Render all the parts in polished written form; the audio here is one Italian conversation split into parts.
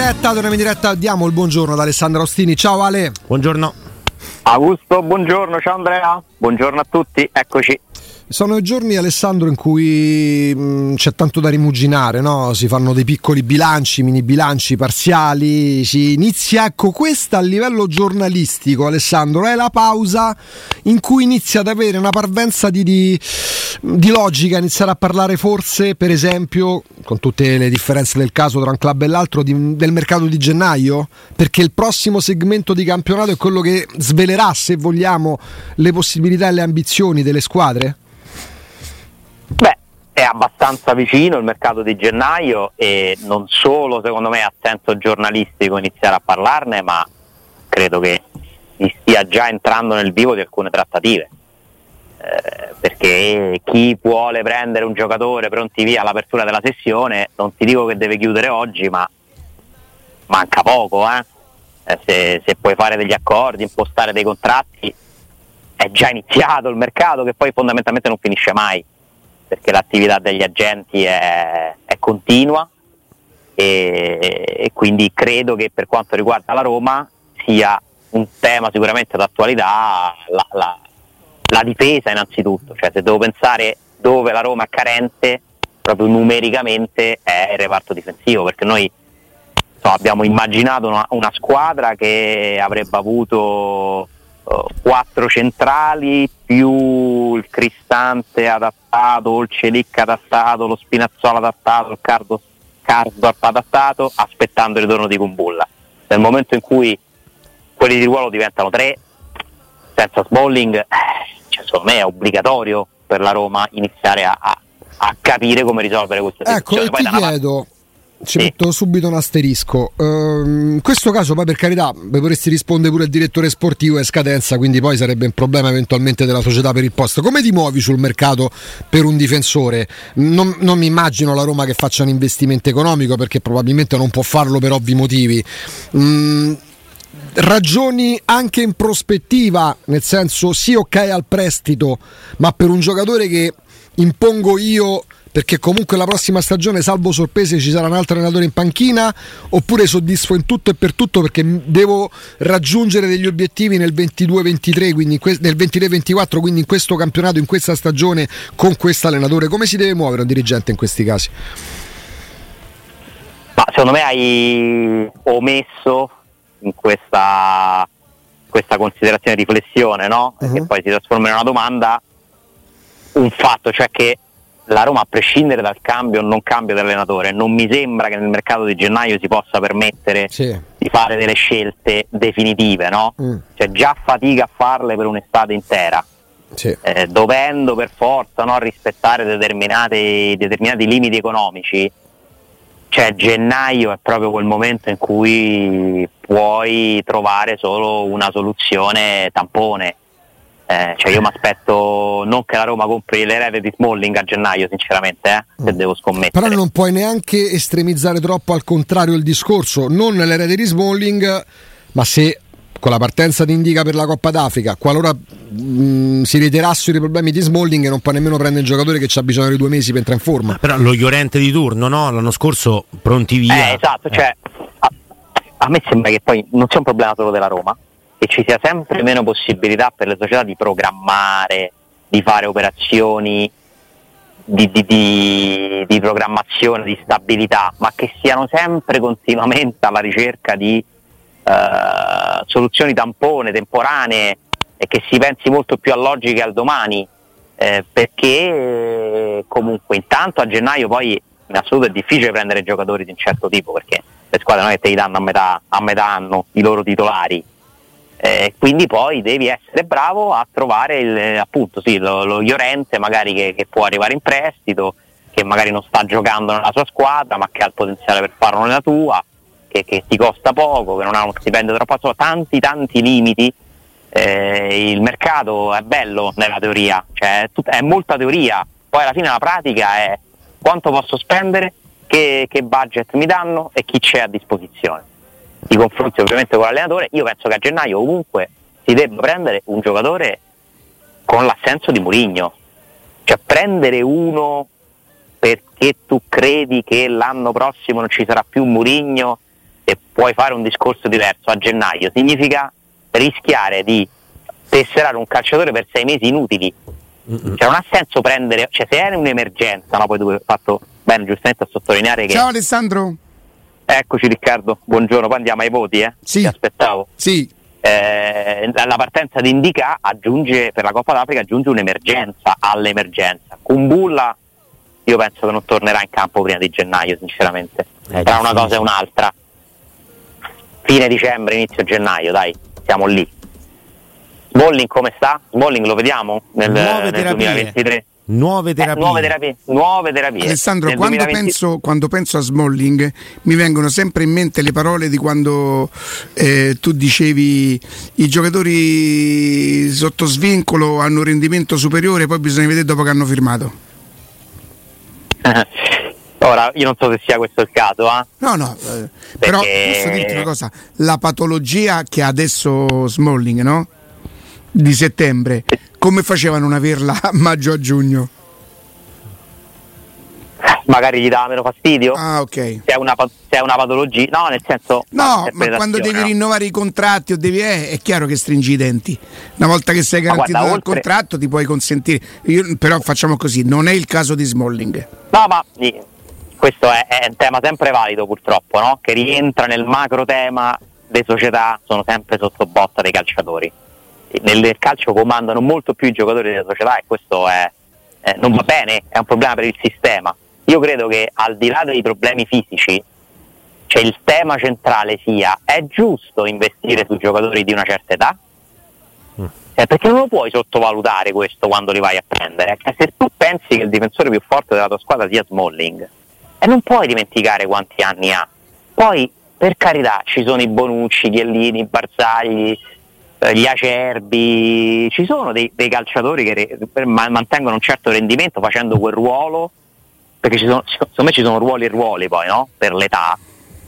torniamo in diretta, diamo il buongiorno ad Alessandro Ostini. Ciao Ale. Buongiorno. Augusto, buongiorno, ciao Andrea, buongiorno a tutti, eccoci. Sono i giorni, Alessandro, in cui c'è tanto da rimuginare, no? Si fanno dei piccoli bilanci, mini bilanci parziali, si inizia, ecco, questa a livello giornalistico, Alessandro, è la pausa in cui inizia ad avere una parvenza di logica, iniziare a parlare forse, per esempio, con tutte le differenze del caso tra un club e l'altro, del mercato di gennaio, perché il prossimo segmento di campionato è quello che svelerà, se vogliamo, le possibilità e le ambizioni delle squadre? Beh, è abbastanza vicino il mercato di gennaio e non solo, secondo me, ha senso giornalistico iniziare a parlarne, ma credo che si stia già entrando nel vivo di alcune trattative. Perché chi vuole prendere un giocatore pronti via all'apertura della sessione, non ti dico che deve chiudere oggi, ma manca poco, se puoi fare degli accordi, impostare dei contratti, è già iniziato il mercato, che poi fondamentalmente non finisce mai, perché l'attività degli agenti è continua e quindi credo che per quanto riguarda la Roma sia un tema sicuramente d'attualità la difesa innanzitutto, cioè se devo pensare dove la Roma è carente proprio numericamente è il reparto difensivo, perché noi abbiamo immaginato una squadra che avrebbe avuto 4 centrali più il Cristante adattato, il Celic adattato, lo Spinazzola adattato, il Cardo adattato, aspettando il ritorno di Kumbulla. Nel momento in cui quelli di ruolo diventano 3 senza Smalling, secondo me è obbligatorio per la Roma iniziare a capire come risolvere questa situazione. Ecco, e ti chiedo, ci metto subito un asterisco. In questo caso poi, per carità, vi vorresti rispondere pure il direttore sportivo, è scadenza, quindi poi sarebbe un problema eventualmente della società per il posto. Come ti muovi sul mercato per un difensore? Non mi immagino la Roma che faccia un investimento economico, perché probabilmente non può farlo per ovvi motivi. Ragioni anche in prospettiva, nel senso, sì, ok al prestito, ma per un giocatore che impongo io, perché comunque la prossima stagione, salvo sorprese, ci sarà un altro allenatore in panchina, oppure soddisfo in tutto e per tutto perché devo raggiungere degli obiettivi nel 22-23, quindi nel 23-24, quindi in questo campionato, in questa stagione, con questo allenatore? Come si deve muovere un dirigente in questi casi? Ma secondo me hai omesso in questa considerazione e riflessione, no? Che poi si trasforma in una domanda, un fatto, cioè che la Roma, a prescindere dal cambio o non cambio di allenatore, non mi sembra che nel mercato di gennaio si possa permettere di fare delle scelte definitive, no? Cioè già fatica a farle per un'estate intera, dovendo per forza, no, rispettare determinati limiti economici. Cioè gennaio è proprio quel momento in cui puoi trovare solo una soluzione tampone. Cioè io mi aspetto non che la Roma compri l'erede di Smalling a gennaio, sinceramente, se devo scommettere. Però non puoi neanche estremizzare troppo al contrario il discorso, non l'erede di Smalling, ma se con la partenza di Indica per la Coppa d'Africa, qualora si ritirassero i problemi di Smalling, non può nemmeno prendere il giocatore che c'ha bisogno di 2 mesi per entrare in forma. Però lo Llorente di turno, no? L'anno scorso pronti via. Esatto, cioè a me sembra che poi non sia un problema solo della Roma, che ci sia sempre meno possibilità per le società di programmare, di fare operazioni di programmazione, di stabilità, ma che siano sempre continuamente alla ricerca di soluzioni tampone, temporanee, e che si pensi molto più a logiche al domani, perché comunque intanto a gennaio poi in assoluto è difficile prendere giocatori di un certo tipo, perché le squadre non è che te li danno a metà anno i loro titolari, quindi poi devi essere bravo a trovare lo Llorente magari che può arrivare in prestito, che magari non sta giocando nella sua squadra ma che ha il potenziale per farlo nella tua, che ti costa poco, che non ha uno stipendio troppo alto, tanti limiti. Il mercato è bello nella teoria, cioè è molta teoria, poi alla fine la pratica è quanto posso spendere, che budget mi danno e chi c'è a disposizione. I confronti ovviamente con l'allenatore. Io penso che a gennaio comunque si debba prendere un giocatore con l'assenso di Mourinho, cioè prendere uno perché tu credi che l'anno prossimo non ci sarà più Mourinho e puoi fare un discorso diverso. A gennaio significa rischiare di tesserare un calciatore per 6 mesi inutili. Cioè non ha senso prendere, cioè se è un'emergenza, no? Poi tu hai fatto bene giustamente a sottolineare che... Ciao Alessandro. Eccoci Riccardo, buongiorno, poi andiamo ai voti, Sì. Ti aspettavo. Sì. La partenza di Indica aggiunge, per la Coppa d'Africa, aggiunge un'emergenza all'emergenza. Kumbulla io penso che non tornerà in campo prima di gennaio, sinceramente, tra una cosa e un'altra. Fine dicembre, inizio gennaio, dai, siamo lì. Smalling come sta? Smalling lo vediamo nel 2023? Nuove terapie. Nuove terapie. Alessandro, quando penso a Smalling mi vengono sempre in mente le parole di quando tu dicevi i giocatori sotto svincolo hanno un rendimento superiore, poi bisogna vedere dopo che hanno firmato. Ora, io non so se sia questo il caso, No, però posso dirti una cosa, la patologia che ha adesso Smalling, no? Di settembre, come facevano a non averla a maggio a giugno? Magari gli dà meno fastidio? Ah, ok. Se è una patologia, no, nel senso... No, ma quando devi rinnovare i contratti o devi è chiaro che stringi i denti. Una volta che sei garantito dal contratto ti puoi consentire. Però facciamo così, non è il caso di Smalling. No, ma questo è un tema sempre valido purtroppo, no? Che rientra nel macro tema, le società sono sempre sotto botta dei calciatori. Nel calcio comandano molto più i giocatori della società e questo non va bene, è un problema per il sistema. Io credo che al di là dei problemi fisici, cioè il tema centrale sia: è giusto investire su giocatori di una certa età? Perché non lo puoi sottovalutare questo quando li vai a prendere. Se tu pensi che il difensore più forte della tua squadra sia Smalling, non puoi dimenticare quanti anni ha. Poi, per carità, ci sono i Bonucci, Chiellini, Barzagli, gli Acerbi, ci sono dei calciatori che mantengono un certo rendimento facendo quel ruolo, perché secondo me ci sono ruoli e ruoli poi, no? Per l'età,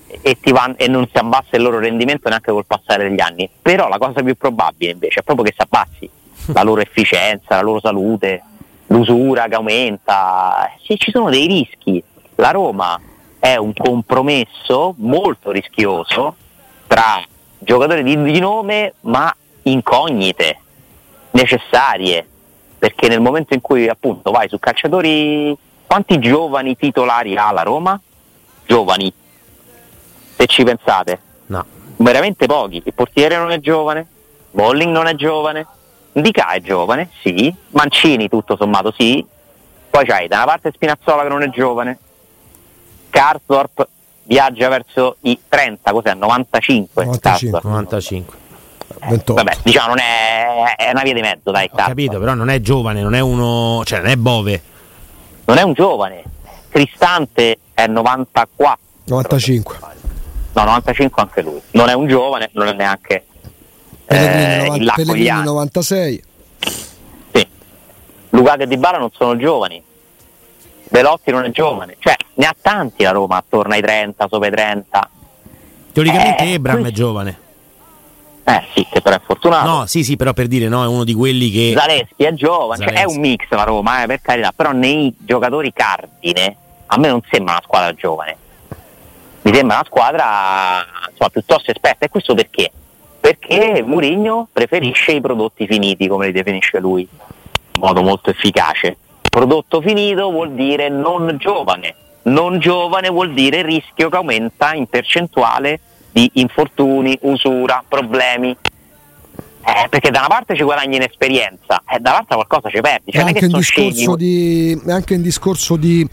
e non si abbassa il loro rendimento neanche col passare degli anni. Però la cosa più probabile invece è proprio che si abbassi la loro efficienza, la loro salute, l'usura che aumenta. Se ci sono dei rischi, la Roma è un compromesso molto rischioso tra giocatori di nome ma incognite necessarie, perché nel momento in cui appunto vai su calciatori, quanti giovani titolari ha la Roma? Giovani, se ci pensate, no, veramente pochi. Il portiere non è giovane, Smalling non è giovane, Ndicà è giovane, sì, Mancini tutto sommato sì, poi c'hai da una parte Spinazzola che non è giovane, Karsdorp viaggia verso i 30, cos'è? 95. 95. 28. Vabbè, diciamo non è una via di mezzo, dai. Ho capito, però non è giovane, non è uno, cioè non è Bove. Non è un giovane. Cristante è 94. 95. No, 95 anche lui. Non è un giovane, non è neanche Pellegrini 96. Sì. Lukaku e Dybala non sono giovani. Belotti non è giovane, cioè ne ha tanti la Roma attorno ai 30, sopra i 30. Teoricamente Ebram è giovane. Sì, che però è fortunato. No, sì, però per dire, no, è uno di quelli che... Zaleschi è giovane, cioè è un mix la Roma, per carità, però nei giocatori cardine a me non sembra una squadra giovane. Mi sembra una squadra piuttosto esperta. E questo perché? Perché Mourinho preferisce i prodotti finiti, come li definisce lui, in modo molto efficace. Prodotto finito vuol dire non giovane vuol dire rischio che aumenta in percentuale di infortuni, usura, problemi, perché da una parte ci guadagni in esperienza e dall'altra qualcosa ci perdi, cioè anche in discorso di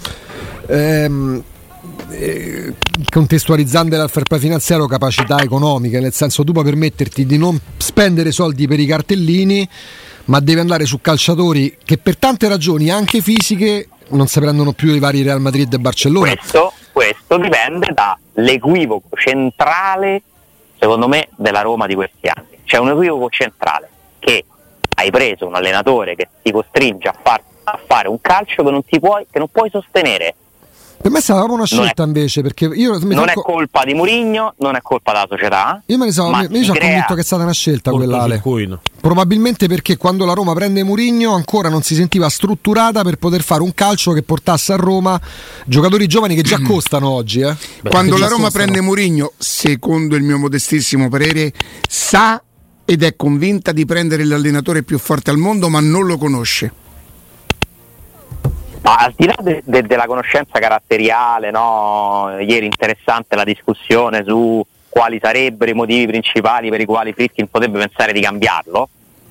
contestualizzando il fair play finanziario, capacità economiche, nel senso tu puoi permetterti di non spendere soldi per i cartellini, ma devi andare su calciatori che per tante ragioni anche fisiche non si prendono più i vari Real Madrid e Barcellona. Questo dipende dall'equivoco centrale, secondo me, della Roma di questi anni. C'è un equivoco centrale, che hai preso un allenatore che ti costringe a fare un calcio che non puoi sostenere. Per me è stata proprio una scelta invece, perché io non è colpa di Mourinho, non è colpa della società. Io mi sono convinto che è stata una scelta quella, Ale. Probabilmente perché quando la Roma prende Mourinho ancora non si sentiva strutturata per poter fare un calcio che portasse a Roma giocatori giovani che già costano oggi. Quando la Roma prende Mourinho, secondo il mio modestissimo parere, sa ed è convinta di prendere l'allenatore più forte al mondo, ma non lo conosce. Ma al di là della conoscenza caratteriale, no? Ieri interessante la discussione su quali sarebbero i motivi principali per i quali Friedkin potrebbe pensare di cambiarlo,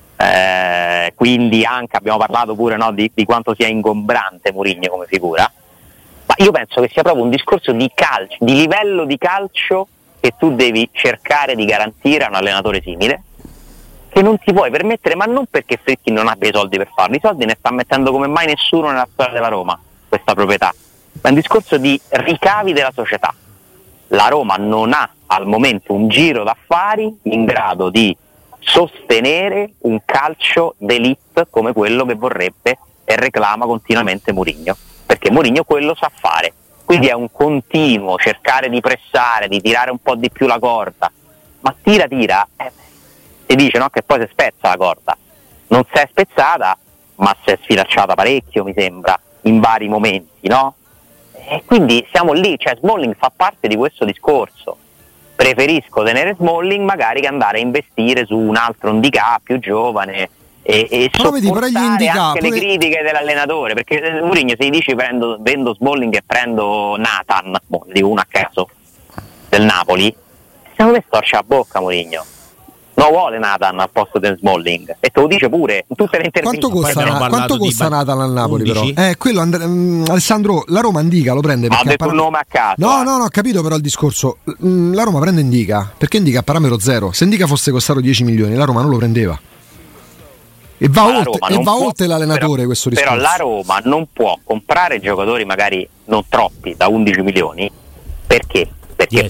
quindi anche abbiamo parlato pure, no, di quanto sia ingombrante Mourinho come figura, ma io penso che sia proprio un discorso di calcio, di livello di calcio che tu devi cercare di garantire a un allenatore simile, che non ti puoi permettere, ma non perché Friedkin non abbia i soldi per farlo, i soldi ne sta mettendo come mai nessuno nella storia della Roma, questa proprietà, ma è un discorso di ricavi della società. La Roma non ha al momento un giro d'affari in grado di sostenere un calcio d'élite come quello che vorrebbe e reclama continuamente Mourinho, perché Mourinho quello sa fare, quindi è un continuo cercare di pressare, di tirare un po' di più la corda, ma tira, si dice, no, che poi si spezza la corda, non si è spezzata ma si è sfilacciata parecchio, mi sembra, in vari momenti, no? E quindi siamo lì, cioè Smalling fa parte di questo discorso. Preferisco tenere Smalling magari che andare a investire su un altro handicap più giovane e sopportare anche le critiche dell'allenatore, perché Mourinho se gli dici vendo Smalling e prendo Nathan, dico uno a caso del Napoli, secondo me storce la bocca Mourinho. Non vuole Nathan al posto del Smalling e te lo dice pure in tutte le interviste. Quanto costa Nathan al Napoli 11? Però? Quello Alessandro, la Roma Indica lo prende perché ha detto un nome a caso. No, ho capito però il discorso. La Roma prende Indica perché Indica ha parametro zero. Se Indica fosse costato 10 milioni la Roma non lo prendeva. E va oltre l'allenatore, però, questo discorso. Però la Roma non può comprare giocatori magari non troppi da 11 milioni perché 10.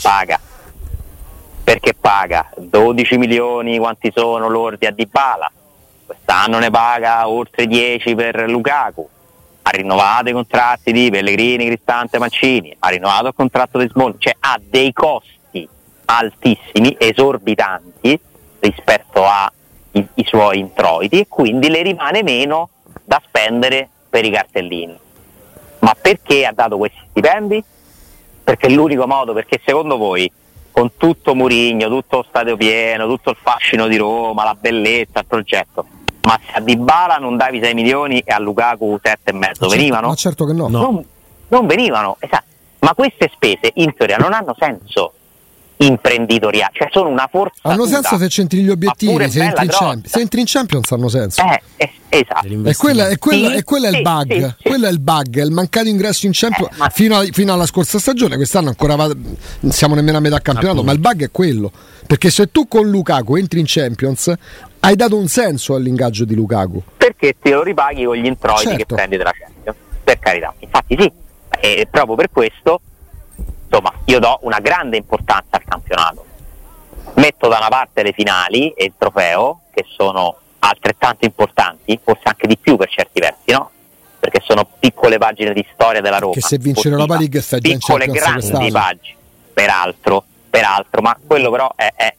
Perché paga 12 milioni, quanti sono lordi a Dybala, quest'anno ne paga oltre 10 per Lukaku, ha rinnovato i contratti di Pellegrini, Cristante, Mancini, ha rinnovato il contratto di Smalling, cioè ha dei costi altissimi, esorbitanti rispetto ai suoi introiti e quindi le rimane meno da spendere per i cartellini. Ma perché ha dato questi stipendi? Perché è l'unico modo, perché secondo voi con tutto Mourinho, tutto lo stadio pieno, tutto il fascino di Roma, la bellezza, il progetto, ma se a Dybala non davi 6 milioni e a Lukaku 7,5 venivano? Ma certo che no. Non venivano, esatto. Ma queste spese in teoria non hanno senso imprenditoriale, cioè sono una forzatura. Hanno senso se c'entri gli obiettivi, se entri in Champions hanno senso. Esatto. E quello è il bug, sì. Quello è il bug, il mancato ingresso in Champions fino alla scorsa stagione. Quest'anno ancora non siamo nemmeno a metà campionato, ma il bug è quello, perché se tu con Lukaku entri in Champions hai dato un senso all'ingaggio di Lukaku, perché te lo ripaghi con gli introiti che prendi dalla Champions, per carità, infatti sì, e proprio per questo insomma io do una grande importanza al campionato, metto da una parte le finali e il trofeo che sono altrettanto importanti, forse anche di più per certi versi, no? Perché sono piccole pagine di storia della Roma, che se vince l'Europa League stai già in piccole Champions grandi pagine, peraltro, ma quello però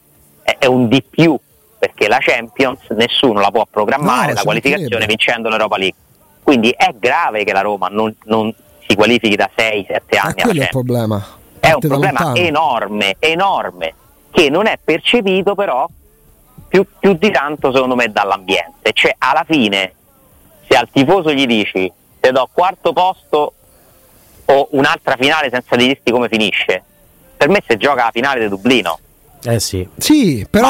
è un di più, perché la Champions nessuno la può programmare, la qualificazione vincendo l'Europa League, quindi è grave che la Roma non si qualifichi da 6-7 anni. Quello è il problema. È un problema enorme, che non è percepito però più di tanto secondo me dall'ambiente. Cioè alla fine se al tifoso gli dici te do quarto posto o un'altra finale senza dirti come finisce, per me se gioca la finale di Dublino. Sì, però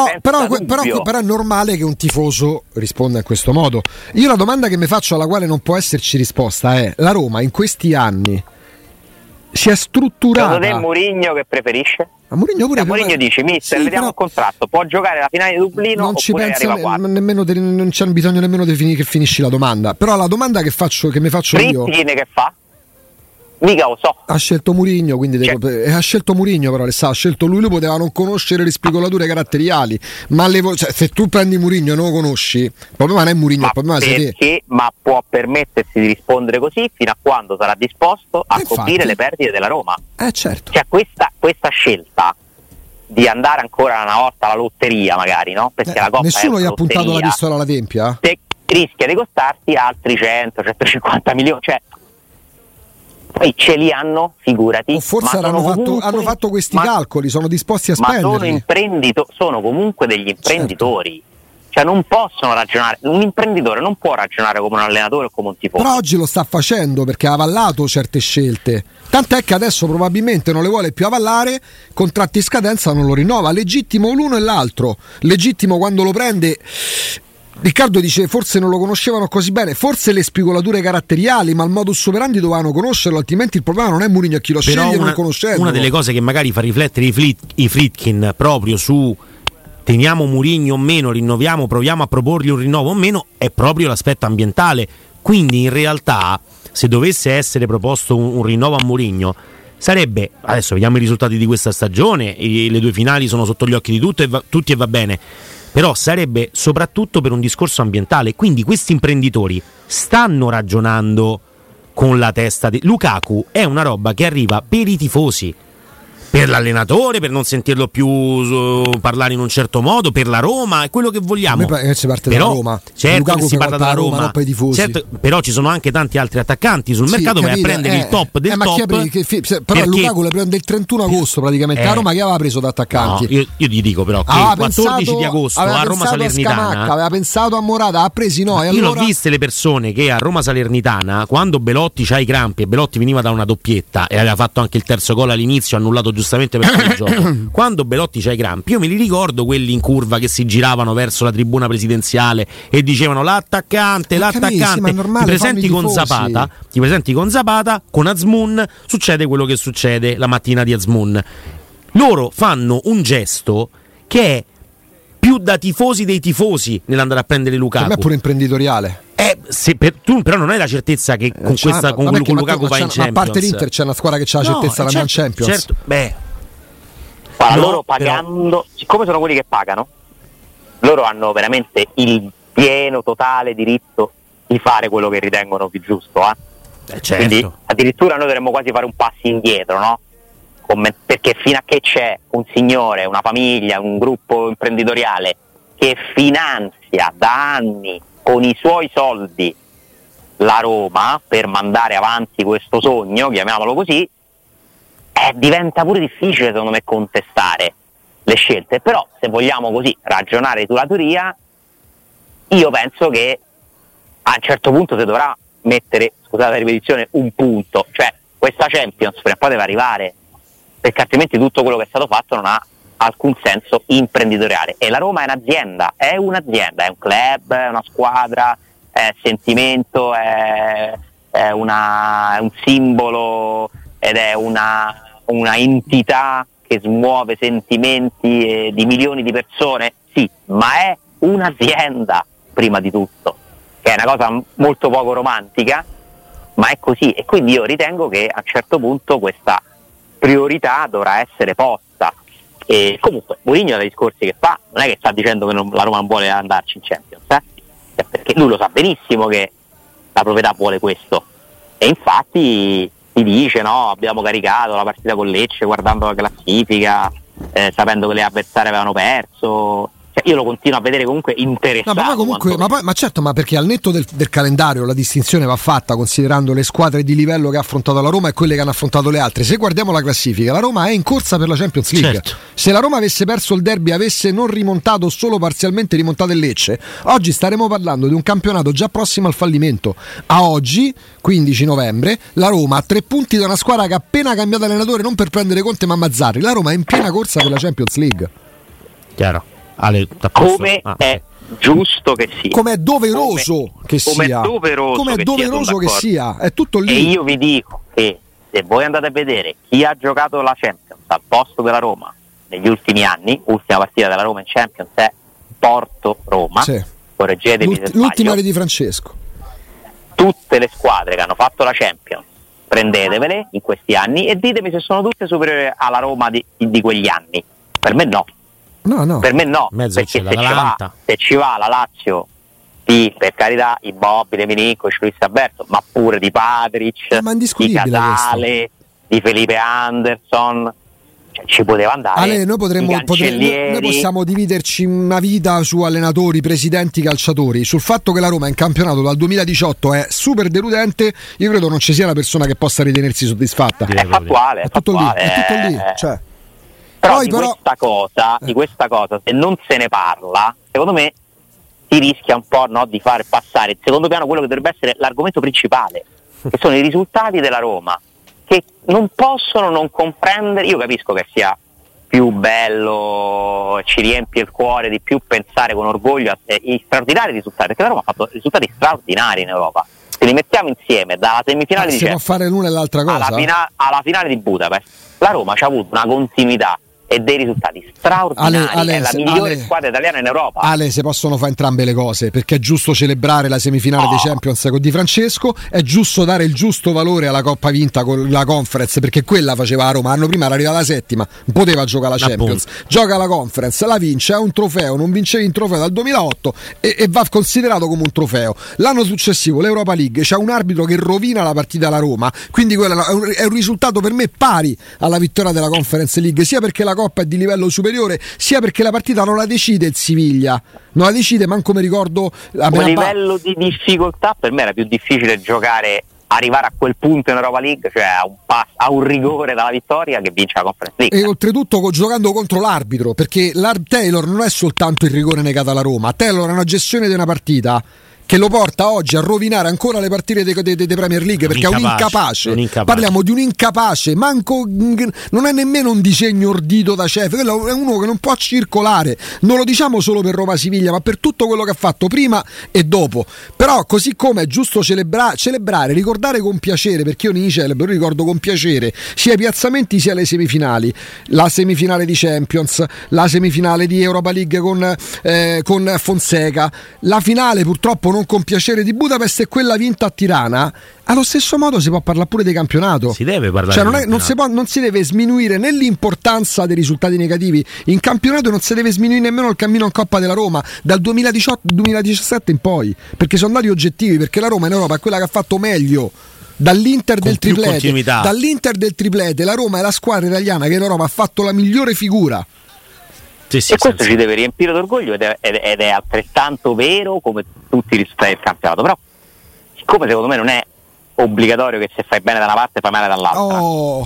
è normale che un tifoso risponda in questo modo. Io la domanda che mi faccio, alla quale non può esserci risposta, è: la Roma in questi anni si è strutturata. Secondo te Mourinho che preferisce? Mourinho dice mister, vediamo il contratto, può giocare la finale di Dublino, non ci pensa non c'è bisogno nemmeno di che finisci la domanda. Però la domanda che mi faccio io, che fa? mica lo so. Ha scelto Mourinho, quindi ha scelto Mourinho, però ha scelto lui poteva non conoscere le spigolature caratteriali, ma se tu prendi Mourinho e non lo conosci, il problema non è Mourinho, il problema sei te. Ma può permettersi di rispondere così fino a quando sarà disposto a coprire le perdite della Roma. Certo. Cioè questa scelta di andare ancora una volta alla lotteria, magari, no? Perché la Coppa nessuno gli ha puntato la pistola alla tempia. Rischia di costarti altri 100-150 milioni, cioè poi ce li hanno, figurati. O forse hanno fatto questi calcoli, sono disposti a spenderli. Ma sono comunque degli imprenditori. Certo. Cioè non possono ragionare, un imprenditore non può ragionare come un allenatore o come un tifoso. Però oggi lo sta facendo perché ha avallato certe scelte. Tant'è che adesso probabilmente non le vuole più avallare, contratti in scadenza non lo rinnova. Legittimo l'uno e l'altro. Legittimo quando lo prende. Riccardo dice forse non lo conoscevano così bene, forse le spigolature caratteriali, ma il modus operandi dovevano conoscerlo, altrimenti il problema non è Mourinho a chi lo sceglie non conoscendo. Una delle cose che magari fa riflettere i Friedkin proprio su teniamo Mourinho o meno, rinnoviamo, proviamo a proporgli un rinnovo o meno, è proprio l'aspetto ambientale. Quindi in realtà se dovesse essere proposto un rinnovo a Mourinho sarebbe, adesso vediamo i risultati di questa stagione, le 2 finali sono sotto gli occhi di tutti e va bene, però sarebbe soprattutto per un discorso ambientale. Quindi questi imprenditori stanno ragionando con la testa di Lukaku, è una roba che arriva per i tifosi, per l'allenatore, per non sentirlo più parlare in un certo modo, per la Roma, è quello che vogliamo. Si parte dalla Roma. Certo Lukaku che si parla dalla Roma, per i tifosi. Certo, però ci sono anche tanti altri attaccanti sul mercato, vai a prendere il top del top. Però Lukaku le prende il 31 agosto praticamente. La Roma che aveva preso da attaccanti? No, io gli dico però che il 14 di agosto a Roma Salernitana aveva pensato a Morata, ha presi no. Io l'ho viste le persone che a Roma Salernitana, quando Belotti c'ha i crampi e Belotti veniva da una doppietta e aveva fatto anche il terzo gol all'inizio, annullato giustamente per il gioco. Quando Belotti c'ha i crampi, io me li ricordo quelli in curva che si giravano verso la tribuna presidenziale e dicevano l'attaccante, ti presenti con Zapata, con Azmoun succede quello che succede la mattina di Azmoun. Loro fanno un gesto che è più da tifosi dei tifosi nell'andare a prendere Lukaku. Per me è pure imprenditoriale. Tu però non hai la certezza che con Lukaku va in Champions. A parte l'Inter c'è una squadra che c'ha la certezza di andare in Champions. Certo, loro pagando, siccome sono quelli che pagano, loro hanno veramente il pieno, totale diritto di fare quello che ritengono più giusto. Certo. Quindi addirittura noi dovremmo quasi fare un passo indietro, no? Perché fino a che c'è un signore, una famiglia, un gruppo imprenditoriale che finanzia da anni con i suoi soldi la Roma per mandare avanti questo sogno, chiamiamolo così, diventa pure difficile secondo me contestare le scelte. Però se vogliamo così ragionare sulla teoria, io penso che a un certo punto si dovrà mettere, scusate la ripetizione, un punto, cioè questa Champions prima o poi deve arrivare, perché altrimenti tutto quello che è stato fatto non ha alcun senso imprenditoriale. E la Roma è un'azienda, è un club, è una squadra, è sentimento, è un simbolo ed è una entità che smuove sentimenti di milioni di persone, sì, ma è un'azienda prima di tutto, che è una cosa molto poco romantica, ma è così. E quindi io ritengo che a un certo punto questa priorità dovrà essere posta. E comunque Mourinho dai discorsi che fa non è che sta dicendo che la Roma non vuole andarci in Champions, perché lui lo sa benissimo che la proprietà vuole questo, e infatti si dice no, abbiamo caricato la partita con Lecce guardando la classifica, sapendo che le avversarie avevano perso. Io lo continuo a vedere comunque interessato. Ma certo, ma perché al netto del calendario la distinzione va fatta considerando le squadre di livello che ha affrontato la Roma e quelle che hanno affrontato le altre. Se guardiamo la classifica, la Roma è in corsa per la Champions League. Certo. Se la Roma avesse perso il derby, avesse non rimontato, solo parzialmente rimontato il Lecce, oggi staremo parlando di un campionato già prossimo al fallimento. A oggi, 15 novembre, la Roma ha 3 punti da una squadra che ha appena cambiato allenatore, non per prendere Conte ma Mazzarri. La Roma è in piena corsa per la Champions League. Chiaro. Come è giusto che sia, come è doveroso che sia, è tutto lì. E io vi dico che se voi andate a vedere chi ha giocato la Champions al posto della Roma negli ultimi anni, ultima partita della Roma in Champions è Porto-Roma, sì. Correggetemi se sbaglio. L'ultima di Francesco. Tutte le squadre che hanno fatto la Champions prendetevele in questi anni e ditemi se sono tutte superiori alla Roma di quegli anni. Per me no. No. Per me no, mezzo perché c'è se ci va la Lazio di, per carità, Immobile, Milinkovic, Luis Alberto, ma pure di Patric, ma di Casale, di Felipe Anderson, cioè, ci poteva andare. Ale, noi possiamo dividerci una vita su allenatori, presidenti, calciatori. Sul fatto che la Roma in campionato dal 2018 è super deludente, io credo non ci sia una persona che possa ritenersi soddisfatta. È fattuale, è tutto lì. Cioè. Però di questa cosa, se non se ne parla, secondo me si rischia un po', no, di far passare in secondo piano quello che dovrebbe essere l'argomento principale, che sono i risultati della Roma, che non possono non comprendere. Io capisco che sia più bello, ci riempie il cuore di più pensare con orgoglio a straordinari risultati, perché la Roma ha fatto risultati straordinari in Europa. Se li mettiamo insieme dalla semifinale di Champions, si può fare l'una e l'altra cosa alla finale di Budapest, la Roma ci ha avuto una continuità e dei risultati straordinari. È la migliore squadra italiana in Europa. Ale, se possono fare entrambe le cose, perché è giusto celebrare la semifinale dei Champions con Di Francesco, è giusto dare il giusto valore alla Coppa vinta con la Conference, perché quella faceva la Roma. L'anno prima era arrivata la settima, non poteva giocare la Champions, gioca la Conference, la vince, è un trofeo, non vincevi un trofeo dal 2008 e va considerato come un trofeo. L'anno successivo l'Europa League, c'è un arbitro che rovina la partita alla Roma, quindi quello è un risultato per me pari alla vittoria della Conference League, sia perché la Coppa è di livello superiore, sia perché la partita non la decide il Siviglia, non la decide, manco mi ricordo a livello di difficoltà. Per me era più difficile arrivare a quel punto in Europa League, cioè a un rigore dalla vittoria, che vince la Conference League. E oltretutto giocando contro l'arbitro, perché Taylor non è soltanto il rigore negato alla Roma, Taylor è una gestione di una partita che lo porta oggi a rovinare ancora le partite dei Premier League, perché è un incapace. Parliamo di un incapace, non è nemmeno un disegno ordito da chef, quello è uno che non può circolare. Non lo diciamo solo per Roma Siviglia, ma per tutto quello che ha fatto prima e dopo. Però così come è giusto celebrare, ricordare con piacere, perché io ne celebro, ricordo con piacere sia i piazzamenti sia le semifinali, la semifinale di Champions, la semifinale di Europa League con Fonseca, la finale purtroppo non con piacere di Budapest e quella vinta a Tirana. Allo stesso modo si può parlare pure di campionato. Si deve parlare, cioè non si deve sminuire né l'importanza dei risultati negativi in campionato, non si deve sminuire nemmeno il cammino in Coppa della Roma dal 2018-2017 in poi, perché sono dati oggettivi, perché la Roma in Europa è quella che ha fatto meglio dall'Inter del triplete. La Roma è la squadra italiana che in Europa ha fatto la migliore figura. Sì, e questo ci deve riempire d'orgoglio ed è altrettanto vero come tutti i risultati del campionato. Però siccome secondo me non è obbligatorio che se fai bene da una parte fai male dall'altra,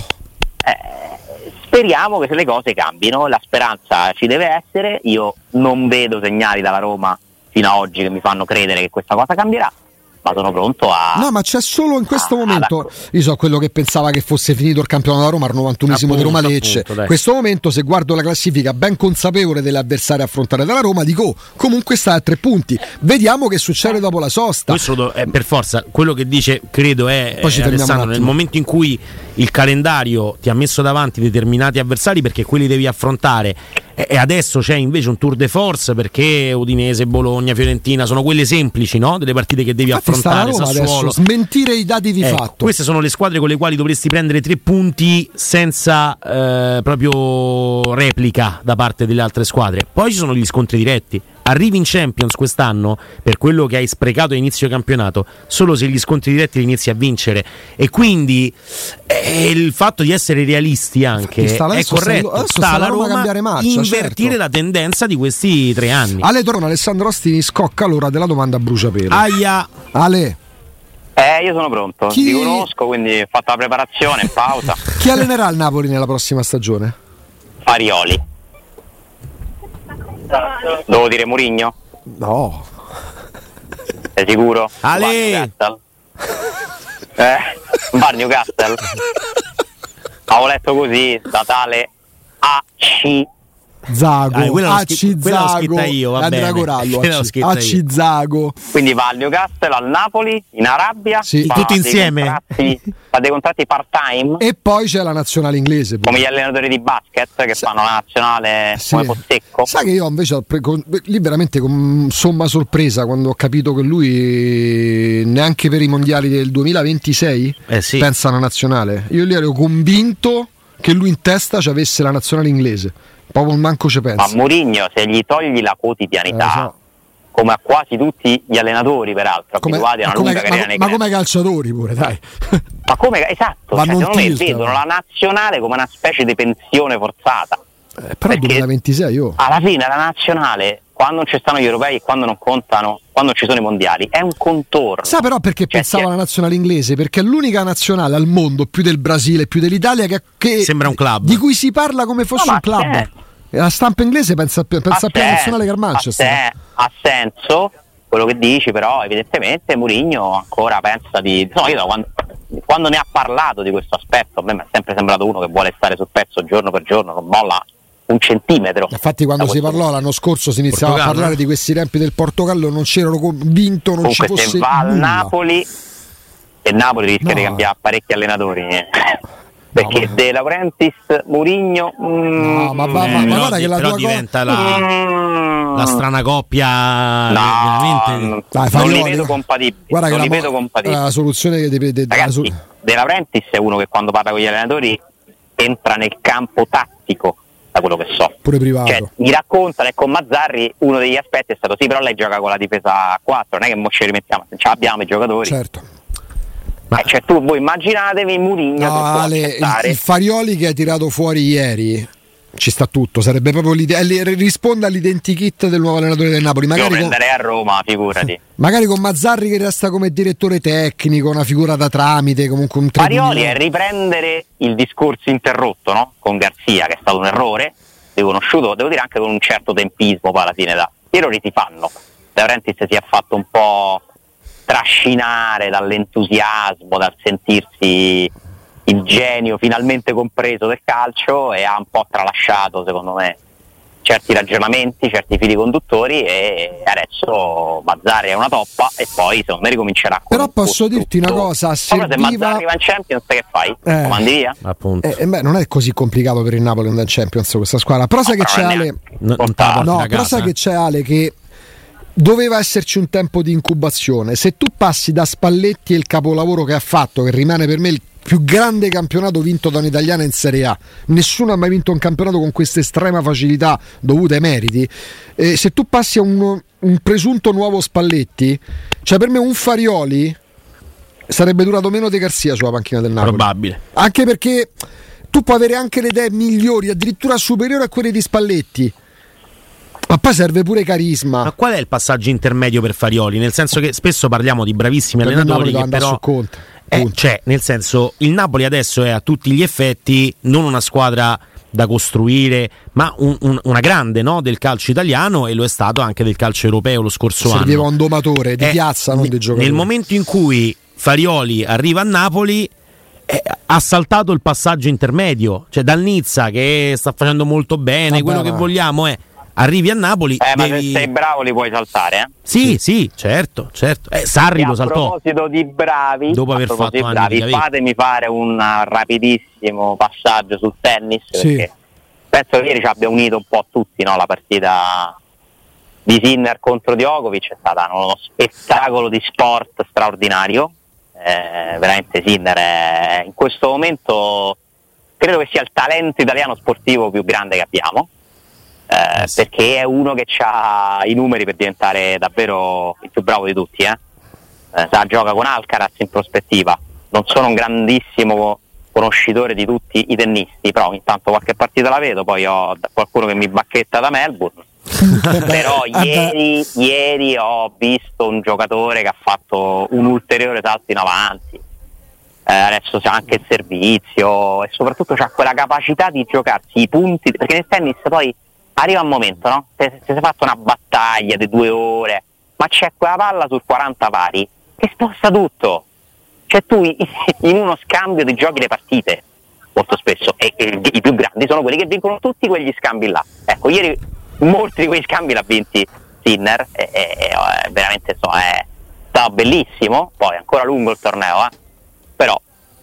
speriamo che se le cose cambino. La speranza ci deve essere. Io non vedo segnali dalla Roma fino ad oggi che mi fanno credere che questa cosa cambierà, ma sono pronto a... No, ma c'è solo in questo momento, io so quello che pensava che fosse finito il campionato della Roma al 91esimo di Roma-Lecce. In questo momento, se guardo la classifica ben consapevole delle avversarie affrontate dalla Roma, dico comunque sta a 3 punti, vediamo che succede dopo la sosta. Questo è per forza quello che dice, credo è Alessandro, nel momento in cui il calendario ti ha messo davanti determinati avversari, perché quelli devi affrontare, e adesso c'è invece un tour de force, perché Udinese, Bologna, Fiorentina sono quelle semplici, no? Delle partite che devi affrontare. Sassuolo, smentire i dati di fatto. Queste sono le squadre con le quali dovresti prendere 3 punti senza proprio replica da parte delle altre squadre. Poi ci sono gli scontri diretti. Arrivi in Champions quest'anno per quello che hai sprecato a inizio campionato solo se gli scontri diretti li inizi a vincere, e quindi il fatto di essere realisti anche è corretto. Sta la Roma cambiare marcia, invertire la tendenza di questi 3 anni. Ale torna Alessandro Ostini, scocca l'ora della domanda a bruciapelo. Aia. Ale. Io sono pronto, ti conosco, quindi ho fatto la preparazione in pausa. Chi allenerà il Napoli nella prossima stagione? Farioli. Devo dire Mourinho? No. Sei sicuro? Ale. Bar Newcastle. Avevo letto così, da tale AC Zago, quella l'ho Zago, scritta io, va Andrea bene. Corallo, Quella l'ho scritta io. Zago. Quindi va al Newcastle, al Napoli, in Arabia, Sì. fa Tutti dei insieme? fa dei contratti part-time, E poi c'è la nazionale inglese. come gli allenatori di basket che fanno la nazionale come Pozzecco. Sai che io invece lì veramente con somma sorpresa quando ho capito che lui neanche per i mondiali del 2026 sì. pensa alla nazionale. Io lì ero convinto che lui in testa ci avesse la nazionale inglese. Proprio manco ci pensa. Ma Mourinho, se gli togli la quotidianità, so. come a quasi tutti gli allenatori peraltro, abituati a una lunga carriera nei ma club. come calciatori pure, dai. Ma come, esatto, Ma cioè, non secondo me tilta, vedono la nazionale come una specie di pensione forzata. Però 2026 alla fine la nazionale, quando non ci stanno gli europei e quando non contano, quando ci sono i mondiali, è un contorno. Sa però perché pensavo alla nazionale inglese? Perché è l'unica nazionale al mondo, più del Brasile, più dell'Italia, che sembra un club, di cui si parla come fosse un club. E la stampa inglese pensa più alla nazionale che al Manchester. Ha senso quello che dici, però evidentemente Mourinho ancora pensa di... No, io quando ne ha parlato di questo aspetto, a me mi è sempre sembrato uno che vuole stare sul pezzo giorno per giorno, non molla un centimetro. Infatti quando si parlò l'anno scorso si iniziava a parlare di questi tempi del Portogallo, non c'erano convinto, non comunque ci fosse se va al nulla. Napoli, e Napoli rischia di cambiare parecchi allenatori. Perché De Laurentiis, Mourinho ma guarda che la tua diventa la strana coppia, veramente. Non li vedo compatibili. Guarda non che li vedo compatibili. La soluzione che ragazzi, De Laurentiis è uno che quando parla con gli allenatori entra nel campo tattico, da quello che so, pure privato. Cioè, mi raccontano, e con Mazzarri uno degli aspetti è stato sì, però lei gioca con la difesa a 4, non è che mo ci rimettiamo, ce l'abbiamo i giocatori. Certo. Cioè voi immaginatevi Mourinho il Farioli che ha tirato fuori ieri, ci sta tutto, sarebbe proprio risponde all'identikit del nuovo allenatore del Napoli. Io prenderei a Roma, figurati. Magari con Mazzarri che resta come direttore tecnico, una figura da tramite, comunque un Farioli è riprendere il discorso interrotto, no? Con Garzia, che è stato un errore riconosciuto, devo dire anche con un certo tempismo poi alla fine, gli errori si fanno. De Laurentiis si è fatto un po' trascinare dall'entusiasmo, dal sentirsi il genio finalmente compreso del calcio, e ha un po' tralasciato secondo me certi ragionamenti, certi fili conduttori, e adesso Mazzarri è una toppa e poi secondo me ricomincerà con però posso dirti una cosa, se Mazzarri va in Champions che fai? Comandi via? Appunto. Non è così complicato per il Napoli andare in Champions questa squadra, però sai che c'è Ale però sai che c'è Ale che doveva esserci un tempo di incubazione. Se tu passi da Spalletti e il capolavoro che ha fatto, che rimane per me il più grande campionato vinto da un'italiana in Serie A, nessuno ha mai vinto un campionato con questa estrema facilità dovuta ai meriti, se tu passi a un presunto nuovo Spalletti, cioè per me un Farioli sarebbe durato meno di Garzia sulla panchina del Napoli, probabile, anche perché tu puoi avere anche le idee migliori, addirittura superiori a quelle di Spalletti, ma poi serve pure carisma. Ma qual è il passaggio intermedio per Farioli? Nel senso che spesso parliamo di bravissimi allenatori che però cioè, nel senso, il Napoli adesso è a tutti gli effetti non una squadra da costruire, ma una grande, no, del calcio italiano, e lo è stato anche del calcio europeo lo scorso anno. Serviva un domatore di piazza, non di giocatore. Nel momento in cui Farioli arriva a Napoli ha saltato il passaggio intermedio, cioè dal Nizza che sta facendo molto bene, quello che vogliamo è arrivi a Napoli, ma se sei bravo li puoi saltare, Sì, certo. Sarri lo saltò. A proposito di bravi, dopo aver fatto bravi, fatemi fare un rapidissimo passaggio sul tennis, perché penso che ieri ci abbia unito un po' tutti, no? La partita di Sinner contro Djokovic è stata uno spettacolo di sport straordinario. Veramente Sinner è, in questo momento credo che sia il talento italiano sportivo più grande che abbiamo. Perché è uno che ha i numeri per diventare davvero il più bravo di tutti, gioca con Alcaraz in prospettiva. Non sono un grandissimo conoscitore di tutti i tennisti, però intanto qualche partita la vedo, poi ho qualcuno che mi bacchetta da Melbourne. Però ieri ho visto un giocatore che ha fatto un ulteriore salto in avanti, adesso c'ha anche il servizio e soprattutto c'ha quella capacità di giocarsi i punti, perché nel tennis poi arriva un momento, no? Se si è fatto una battaglia di 2 ore, ma c'è quella palla sul 40 pari che sposta tutto. Cioè tu in uno scambio ti giochi le partite. molto spesso, e i più grandi sono quelli che vincono tutti quegli scambi là. Ecco, ieri molti di quei scambi l'ha vinti Sinner, e veramente è stato bellissimo. Poi è ancora lungo il torneo, però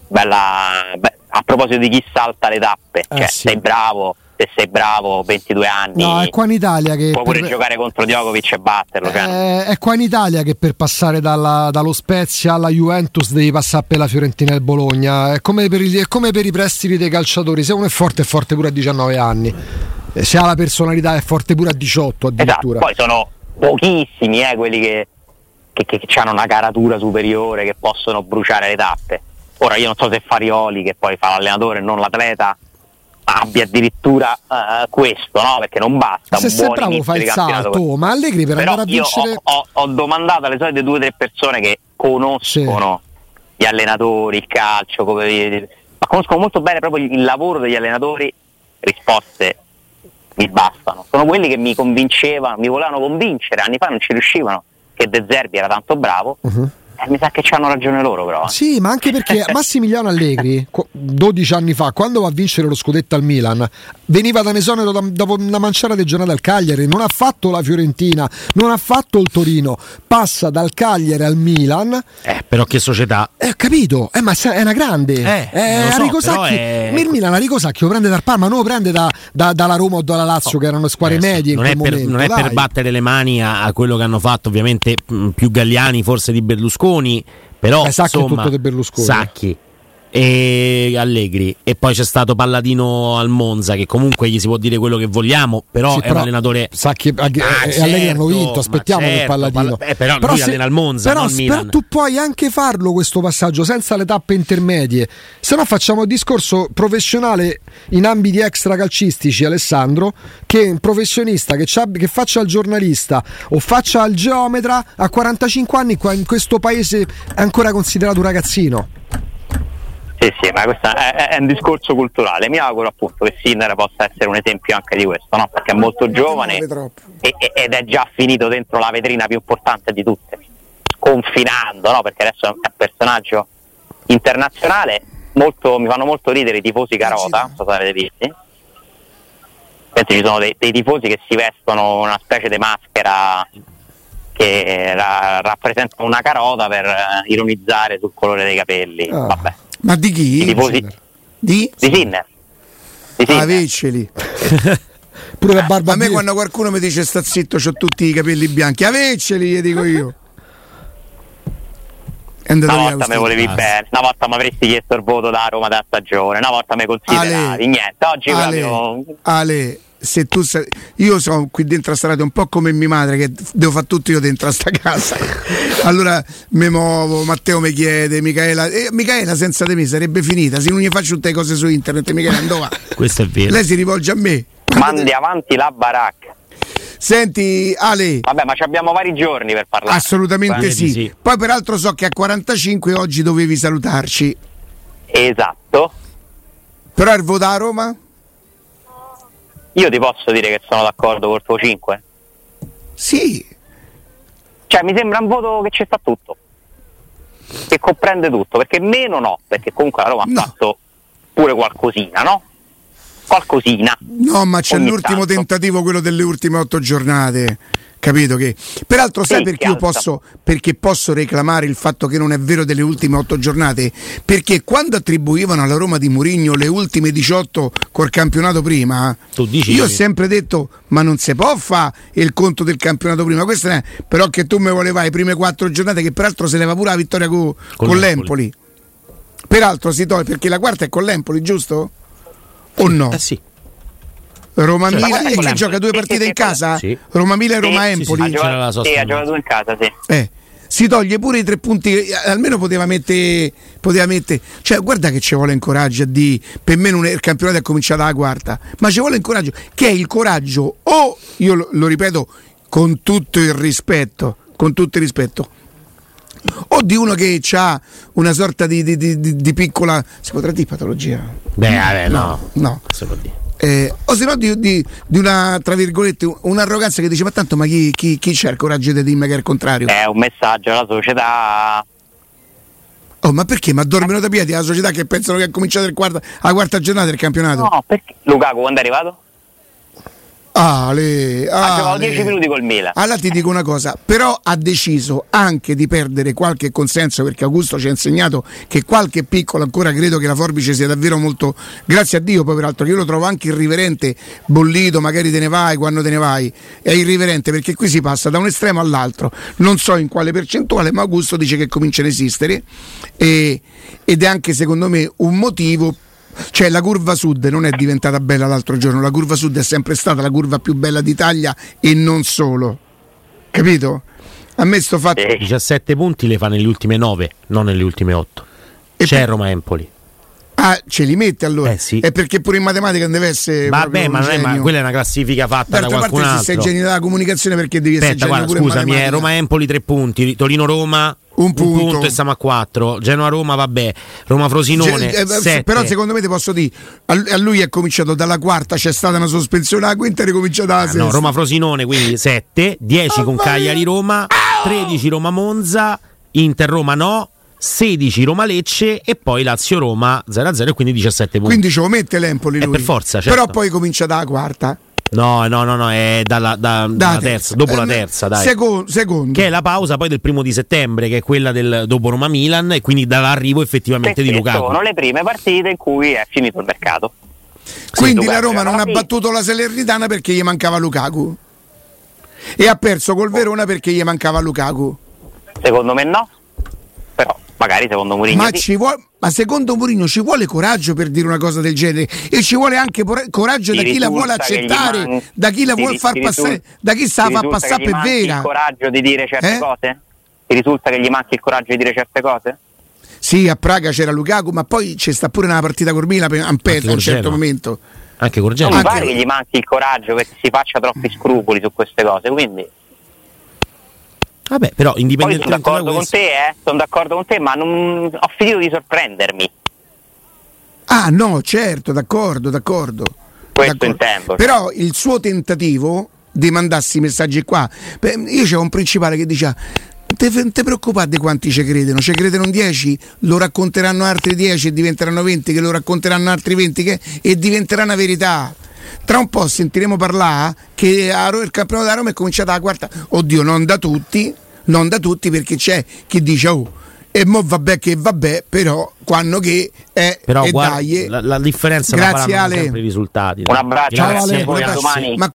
a proposito di chi salta le tappe, sì. sei bravo, se sei bravo, 22 anni, no, è qua in Italia che puoi pure giocare contro Djokovic e batterlo. È qua in Italia che per passare dallo Spezia alla Juventus devi passare per la Fiorentina e il Bologna. È come per i prestiti dei calciatori: se uno è forte pure a 19 anni, se ha la personalità è forte pure a 18 addirittura. Esatto. Poi sono pochissimi quelli che hanno una caratura superiore, che possono bruciare le tappe. Ora io non so se Farioli, che poi fa l'allenatore e non l'atleta, abbia addirittura questo, no? Perché non basta. Se sei bravo fai il salto, ma Allegri per andare a vincere. Ho domandato alle solite 2 o 3 persone che conoscono gli allenatori, il calcio, ma conoscono molto bene proprio il lavoro degli allenatori. Risposte mi bastano. Sono quelli che mi convincevano, mi volevano convincere anni fa, non ci riuscivano, che De Zerbi era tanto bravo. Mi sa che c'hanno ragione loro, però. Sì, ma anche perché Massimiliano Allegri 12 anni fa, quando va a vincere lo scudetto al Milan, veniva da un esonero dopo una manciata di giornate al Cagliari, non ha fatto la Fiorentina, non ha fatto il Torino, passa dal Cagliari al Milan. Però che società? Capito? Ma è una grande. Arrigo Sacchi. Il Milan Arrigo Sacchi lo prende dal Parma, non lo prende dalla Roma o dalla Lazio, che erano squadre medie in quel momento. Non è per battere le mani a quello che hanno fatto, ovviamente più Galliani forse di Berlusconi, però Sacchi insomma, è tutto di Berlusconi. Sacchi e Allegri, e poi c'è stato Palladino al Monza, che comunque gli si può dire quello che vogliamo, però è un allenatore. Sacchi e Allegri hanno vinto, aspettiamo il Palladino. Però lui allena al Monza, non al Milan. Però tu puoi anche farlo questo passaggio senza le tappe intermedie, se no facciamo il discorso professionale in ambiti extracalcistici, Alessandro, che un professionista che faccia il giornalista o faccia il geometra a 45 anni qua in questo paese è ancora considerato un ragazzino. Sì, ma questo è un discorso culturale. Mi auguro appunto che Sinner possa essere un esempio anche di questo, no? Perché è molto giovane ed è già finito dentro la vetrina più importante di tutte, sconfinando, no? Perché adesso è un personaggio internazionale. Mi fanno molto ridere i tifosi Carota, non so se avete visti. Penso ci sono dei tifosi che si vestono una specie di maschera che rappresenta una carota per ironizzare sul colore dei capelli. Vabbè. Ma di chi? I tifosi di Sinner. Vecceli. Pure la barba. A me quando qualcuno mi dice sta zitto, c'ho tutti i capelli bianchi, Vecceli, gli dico io. Una volta mi volevi bene, una volta mi avresti chiesto il voto da Roma da stagione, una volta mi consideravi, niente, oggi proprio. Se tu io sono qui dentro a sta radio un po' come mia madre, che devo fare tutto io dentro a sta casa. Allora mi muovo, Matteo mi chiede, Micaela senza di me sarebbe finita, se non gli faccio tutte le cose su internet. Michela andò va. Questo è vero. Lei si rivolge a me. Mandi avanti la baracca. Senti Ale. Vabbè, ma ci abbiamo vari giorni per parlare. Assolutamente sì. Poi peraltro so che a 45 oggi dovevi salutarci. Esatto. Però il voto a Roma? Io ti posso dire che sono d'accordo col tuo 5? Sì. Cioè mi sembra un voto che ci sta tutto, che comprende tutto, perché meno no, perché comunque la Roma ha fatto pure qualcosina, no? Qualcosina. No, ma c'è l'ultimo tentativo, quello delle ultime 8 giornate. Capito che? Peraltro sai perché io posso reclamare il fatto che non è vero delle ultime 8 giornate? Perché quando attribuivano alla Roma di Mourinho le ultime 18 col campionato prima, io ho sempre detto ma non si può fare il conto del campionato prima, questo è, però che tu mi volevi le prime 4 giornate, che peraltro se leva pure la vittoria con l'Empoli. Peraltro si toglie perché la quarta è con l'Empoli, giusto? O no? Sì. Roma-Milan e che gioca 2 partite in casa? Sì. Roma-Milan e Roma-Empoli? Ha giocato in casa, sì. Si toglie pure i 3 punti, almeno poteva mettere, cioè guarda che ci vuole in coraggio per me non è, il campionato è cominciato alla quarta, ma ci vuole in coraggio, che è il coraggio, o io lo ripeto con tutto il rispetto, o di uno che ha una sorta di piccola, si potrà dire patologia? No. Si può dire. O se no di una, tra virgolette, un'arroganza che dice ma tanto chi c'ha il coraggio di dirmi che è il contrario? È un messaggio alla società. Oh, ma perché? Ma dormono da piedi la società che pensano che è cominciata la quarta giornata del campionato? No, perché Lukaku quando è arrivato? Ha giocato 10 minuti col Milan. Allora ti dico una cosa, però ha deciso anche di perdere qualche consenso, perché Augusto ci ha insegnato che qualche piccolo, ancora credo che la forbice sia davvero molto, grazie a Dio poi peraltro, che io lo trovo anche irriverente, bollito, magari te ne vai, quando te ne vai, è irriverente perché qui si passa da un estremo all'altro, non so in quale percentuale, ma Augusto dice che comincia ad esistere ed è anche secondo me un motivo. Cioè la curva sud non è diventata bella l'altro giorno, la curva sud è sempre stata la curva più bella d'Italia e non solo, capito? A me sto fatto 17 punti le fa nelle ultime 9, non nelle ultime 8. C'è Roma-Empoli. Ce li mette allora? Sì. È perché pure in matematica non deve essere. Vabbè, ma quella è una classifica fatta da qualcun altro. Se sei genio della comunicazione, perché devi essere genio pure scusami, in matematica? Roma-Empoli 3 punti, Torino-Roma un punto e siamo a 4. Genoa-Roma vabbè, Roma-Frosinone 7. Però secondo me ti posso dire, a lui è cominciato dalla quarta, c'è stata una sospensione, la quinta è ricominciata la sesta. No, Roma-Frosinone quindi 7, 10 con Cagliari-Roma, 13 Roma-Monza, Inter-Roma no, 16 Roma-Lecce e poi Lazio-Roma 0-0 e quindi 17 punti. Quindi ce lo mette l'Empoli lui. Per forza, certo. Però poi comincia dalla quarta. No, è dalla terza, dopo la terza, dai. Secondo. Che è la pausa poi del 1 settembre, che è quella del dopo Roma-Milan, e quindi dall'arrivo effettivamente di Lukaku. Sono le prime partite in cui è finito il mercato. Quindi la Roma non ha battuto la Salernitana perché gli mancava Lukaku. E ha perso col Verona perché gli mancava Lukaku. Secondo me no. Però magari secondo Mourinho ma secondo Mourinho ci vuole coraggio per dire una cosa del genere, e ci vuole anche coraggio da chi la vuole accettare, da chi la vuole far passare, da chi sa fa passare per vera. Il coraggio di dire certe cose? Ti risulta che gli manchi il coraggio di dire certe cose? Sì, a Praga c'era Lukaku, ma poi c'è sta pure una partita con Milan a un certo momento. Anche Corgeno. Non mi pare che gli manchi il coraggio, che si faccia troppi scrupoli su queste cose, quindi. Vabbè, però indipendentemente sono d'accordo con te, sono d'accordo con te, ma non ho finito di sorprendermi. Ah no, certo, d'accordo. Questo intendo. Però il suo tentativo di mandarsi i messaggi qua, io c'avevo un principale che diceva: non ti preoccupate di quanti ci credono 10, lo racconteranno altri 10 e diventeranno 20, che lo racconteranno altri 20 e diventerà una verità. Tra un po' sentiremo parlare che il campionato da Roma è cominciata la quarta. Oddio, non da tutti, perché c'è chi dice e mo vabbè, però quando che è però e guarda, dai. la differenza grazie, la Ale. sempre i risultati. Un abbraccio, grazie. a domani. Ma